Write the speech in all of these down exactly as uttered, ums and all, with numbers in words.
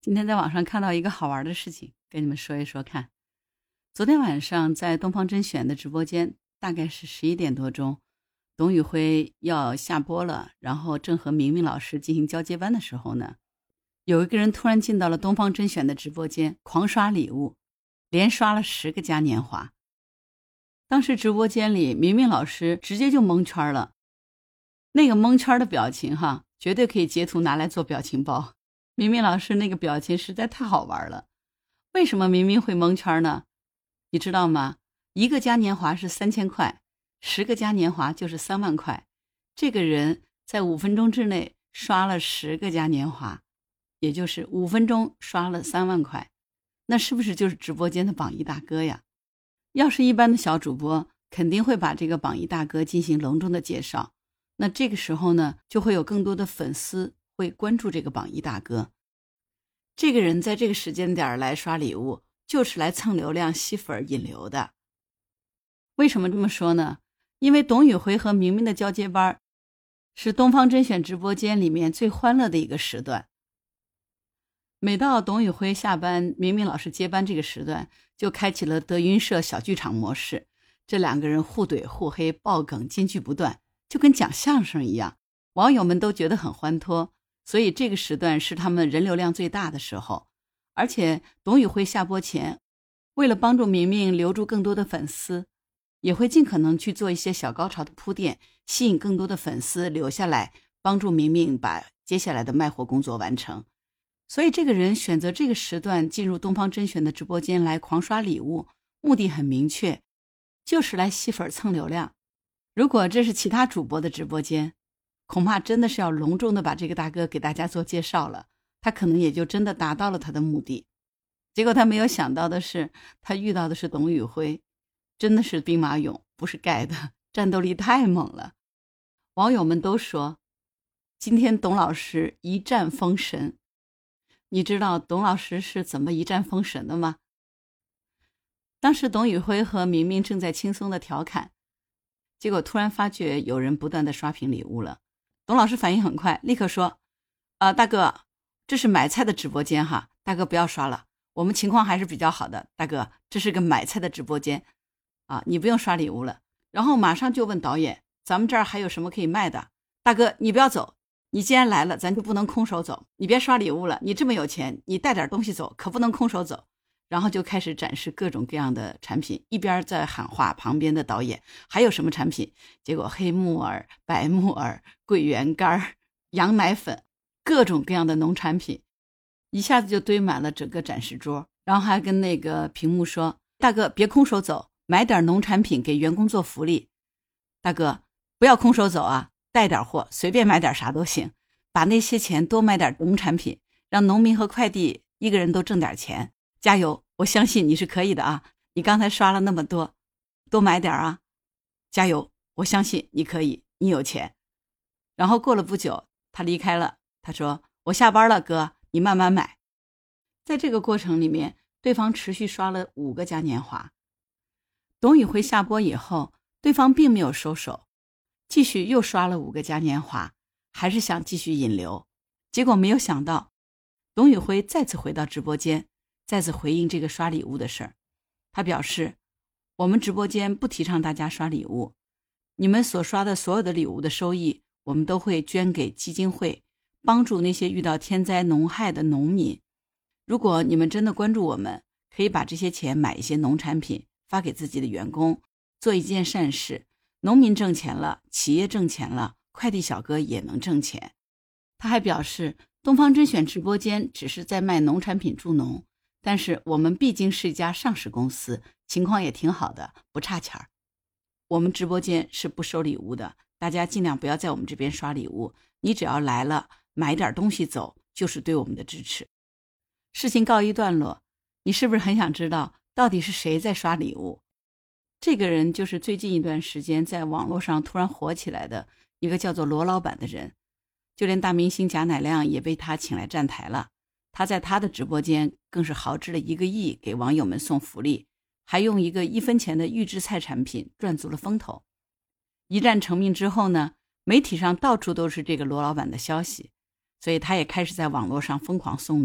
今天在网上看到一个好玩的事情，跟你们说一说看。昨天晚上在东方甄选的直播间，大概是十一点多钟，董宇辉要下播了，然后正和明明老师进行交接班的时候呢，有一个人突然进到了东方甄选的直播间，狂刷礼物，连刷了十个嘉年华。当时直播间里，明明老师直接就蒙圈了，那个蒙圈的表情哈，绝对可以截图拿来做表情包。明明老师那个表情实在太好玩了。为什么明明会蒙圈呢？你知道吗？一个嘉年华是三千块，十个嘉年华就是三万块。这个人在五分钟之内刷了十个嘉年华，也就是五分钟刷了三万块，那是不是就是直播间的榜一大哥呀？要是一般的小主播，肯定会把这个榜一大哥进行隆重的介绍。那这个时候呢，就会有更多的粉丝会关注这个榜一大哥。这个人在这个时间点来刷礼物，就是来蹭流量、吸粉、引流的。为什么这么说呢？因为董宇辉和明明的交接班是东方甄选直播间里面最欢乐的一个时段。每到董宇辉下班，明明老师接班这个时段，就开启了德云社小剧场模式，这两个人互怼互黑，爆梗金句不断，就跟讲相声一样，网友们都觉得很欢脱。所以这个时段是他们人流量最大的时候。而且董宇辉下播前，为了帮助明明留住更多的粉丝，也会尽可能去做一些小高潮的铺垫，吸引更多的粉丝留下来，帮助明明把接下来的卖货工作完成。所以这个人选择这个时段进入东方甄选的直播间来狂刷礼物，目的很明确，就是来吸粉蹭流量。如果这是其他主播的直播间，恐怕真的是要隆重的把这个大哥给大家做介绍了，他可能也就真的达到了他的目的。结果他没有想到的是，他遇到的是董宇辉，真的是兵马俑，不是盖的，战斗力太猛了。网友们都说，今天董老师一战封神。你知道董老师是怎么一战封神的吗？当时董宇辉和明明正在轻松的调侃，结果突然发觉有人不断的刷屏礼物了。董老师反应很快，立刻说，呃，大哥，这是买菜的直播间哈，大哥不要刷了，我们情况还是比较好的，大哥，这是个买菜的直播间啊，你不用刷礼物了。然后马上就问导演，咱们这儿还有什么可以卖的？大哥，你不要走，你既然来了，咱就不能空手走，你别刷礼物了，你这么有钱，你带点东西走，可不能空手走。然后就开始展示各种各样的产品，一边在喊话，旁边的导演还有什么产品？结果黑木耳、白木耳、桂圆干、羊奶粉，各种各样的农产品一下子就堆满了整个展示桌。然后还跟那个屏幕说，大哥别空手走，买点农产品给员工做福利。大哥不要空手走啊，带点货，随便买点啥都行，把那些钱多买点农产品，让农民和快递一个人都挣点钱，加油，我相信你是可以的啊！你刚才刷了那么多，多买点啊！加油，我相信你可以，你有钱。然后过了不久，他离开了，他说，我下班了哥，你慢慢买。在这个过程里面，对方持续刷了五个嘉年华。董宇辉下播以后，对方并没有收手，继续又刷了五个嘉年华，还是想继续引流。结果没有想到，董宇辉再次回到直播间，再次回应这个刷礼物的事儿。他表示，我们直播间不提倡大家刷礼物，你们所刷的所有的礼物的收益，我们都会捐给基金会，帮助那些遇到天灾农害的农民。如果你们真的关注我们，可以把这些钱买一些农产品发给自己的员工，做一件善事，农民挣钱了，企业挣钱了，快递小哥也能挣钱。他还表示，东方甄选直播间只是在卖农产品助农，但是我们毕竟是一家上市公司，情况也挺好的，不差钱儿。我们直播间是不收礼物的，大家尽量不要在我们这边刷礼物，你只要来了买点东西走，就是对我们的支持。事情告一段落，你是不是很想知道到底是谁在刷礼物？这个人就是最近一段时间在网络上突然火起来的一个叫做罗老板的人，就连大明星贾乃亮也被他请来站台了。他在他的直播间更是豪掷了一个亿给网友们送福利，还用一个一分钱的预制菜产品赚足了风头。一战成名之后呢，媒体上到处都是这个罗老板的消息，所以他也开始在网络上疯狂送礼，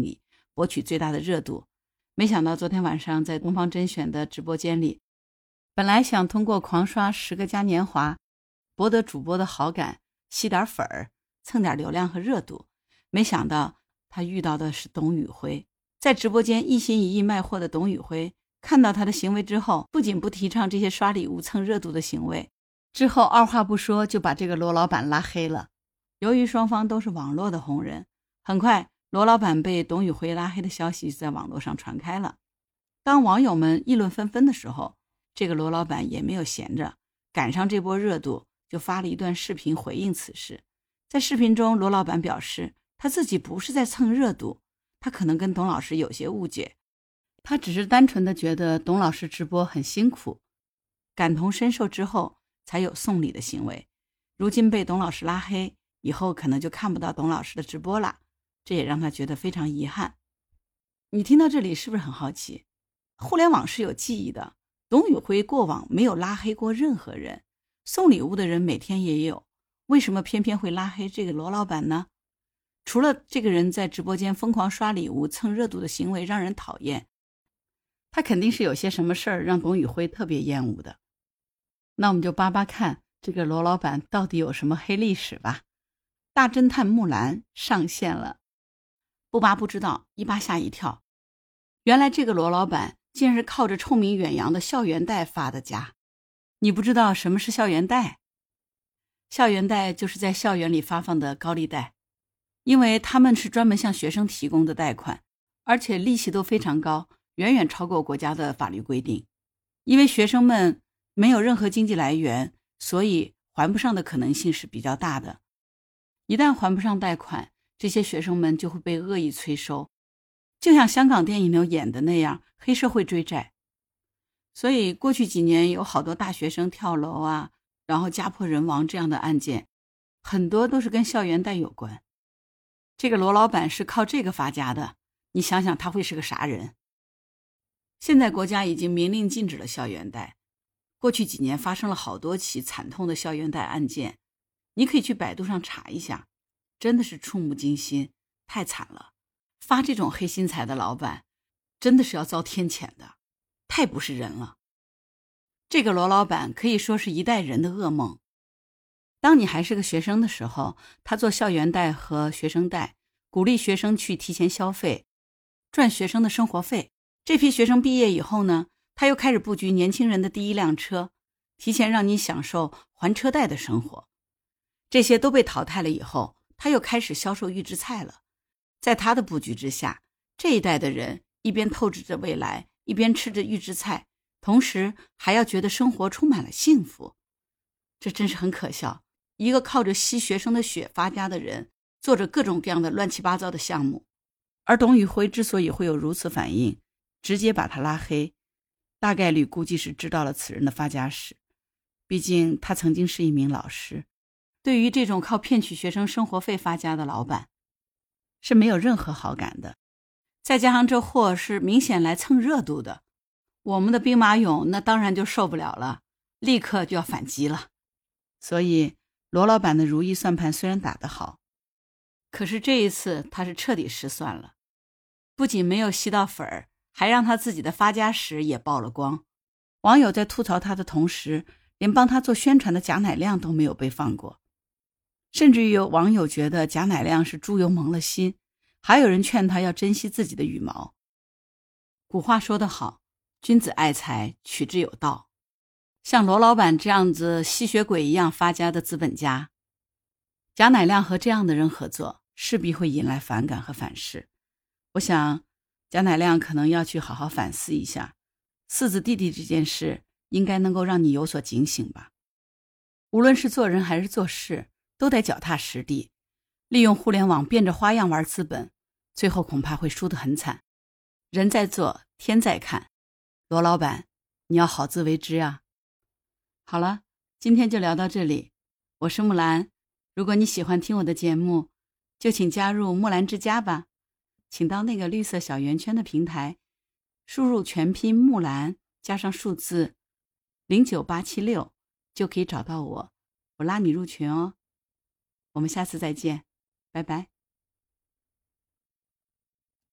博取最大的热度。没想到昨天晚上在东方甄选的直播间里，本来想通过狂刷十个嘉年华博得主播的好感，吸点粉儿，蹭点流量和热度，没想到他遇到的是董宇辉。在直播间一心一意卖货的董宇辉看到他的行为之后，不仅不提倡这些刷礼物蹭热度的行为，之后二话不说就把这个罗老板拉黑了。由于双方都是网络的红人，很快罗老板被董宇辉拉黑的消息在网络上传开了。当网友们议论纷纷的时候，这个罗老板也没有闲着，赶上这波热度就发了一段视频回应此事。在视频中，罗老板表示他自己不是在蹭热度，他可能跟董老师有些误解，他只是单纯的觉得董老师直播很辛苦，感同身受之后才有送礼的行为。如今被董老师拉黑，以后可能就看不到董老师的直播了，这也让他觉得非常遗憾。你听到这里是不是很好奇？互联网是有记忆的，董宇辉过往没有拉黑过任何人，送礼物的人每天也有，为什么偏偏会拉黑这个罗老板呢？除了这个人在直播间疯狂刷礼物蹭热度的行为让人讨厌，他肯定是有些什么事儿让董宇辉特别厌恶的。那我们就扒扒看这个罗老板到底有什么黑历史吧。大侦探木兰上线了，不扒不知道，一扒吓一跳。原来这个罗老板竟然是靠着臭名远扬的校园贷发的家。你不知道什么是校园贷？校园贷就是在校园里发放的高利贷，因为他们是专门向学生提供的贷款，而且利息都非常高，远远超过国家的法律规定。因为学生们没有任何经济来源，所以还不上的可能性是比较大的。一旦还不上贷款，这些学生们就会被恶意催收，就像香港电影里演的那样，黑社会追债。所以过去几年有好多大学生跳楼啊，然后家破人亡这样的案件，很多都是跟校园贷有关。这个罗老板是靠这个发家的，你想想他会是个啥人？现在国家已经明令禁止了校园贷，过去几年发生了好多起惨痛的校园贷案件，你可以去百度上查一下，真的是触目惊心，太惨了。发这种黑心财的老板真的是要遭天谴的，太不是人了。这个罗老板可以说是一代人的噩梦。当你还是个学生的时候，他做校园贷和学生贷，鼓励学生去提前消费，赚学生的生活费。这批学生毕业以后呢，他又开始布局年轻人的第一辆车，提前让你享受还车贷的生活。这些都被淘汰了以后，他又开始销售预制菜了。在他的布局之下，这一代的人一边透支着未来，一边吃着预制菜，同时还要觉得生活充满了幸福。这真是很可笑，一个靠着吸学生的血发家的人，做着各种各样的乱七八糟的项目。而董宇辉之所以会有如此反应，直接把他拉黑，大概率估计是知道了此人的发家史。毕竟他曾经是一名老师，对于这种靠骗取学生生活费发家的老板是没有任何好感的。再加上这货是明显来蹭热度的，我们的兵马俑那当然就受不了了，立刻就要反击了。所以罗老板的如意算盘虽然打得好，可是这一次他是彻底失算了，不仅没有吸到粉儿，还让他自己的发家史也曝了光。网友在吐槽他的同时，连帮他做宣传的贾乃亮都没有被放过。甚至于有网友觉得贾乃亮是猪油蒙了心，还有人劝他要珍惜自己的羽毛。古话说得好，君子爱财，取之有道。像罗老板这样子吸血鬼一样发家的资本家，贾乃亮和这样的人合作，势必会引来反感和反噬。我想贾乃亮可能要去好好反思一下，四子弟弟这件事应该能够让你有所警醒吧。无论是做人还是做事，都得脚踏实地，利用互联网变着花样玩资本，最后恐怕会输得很惨。人在做，天在看，罗老板，你要好自为之啊。好了，今天就聊到这里，我是木兰。如果你喜欢听我的节目，就请加入木兰之家吧。请到那个绿色小圆圈的平台，输入全拼木兰加上数字零九八七六，就可以找到我，我拉你入群哦。我们下次再见，拜拜。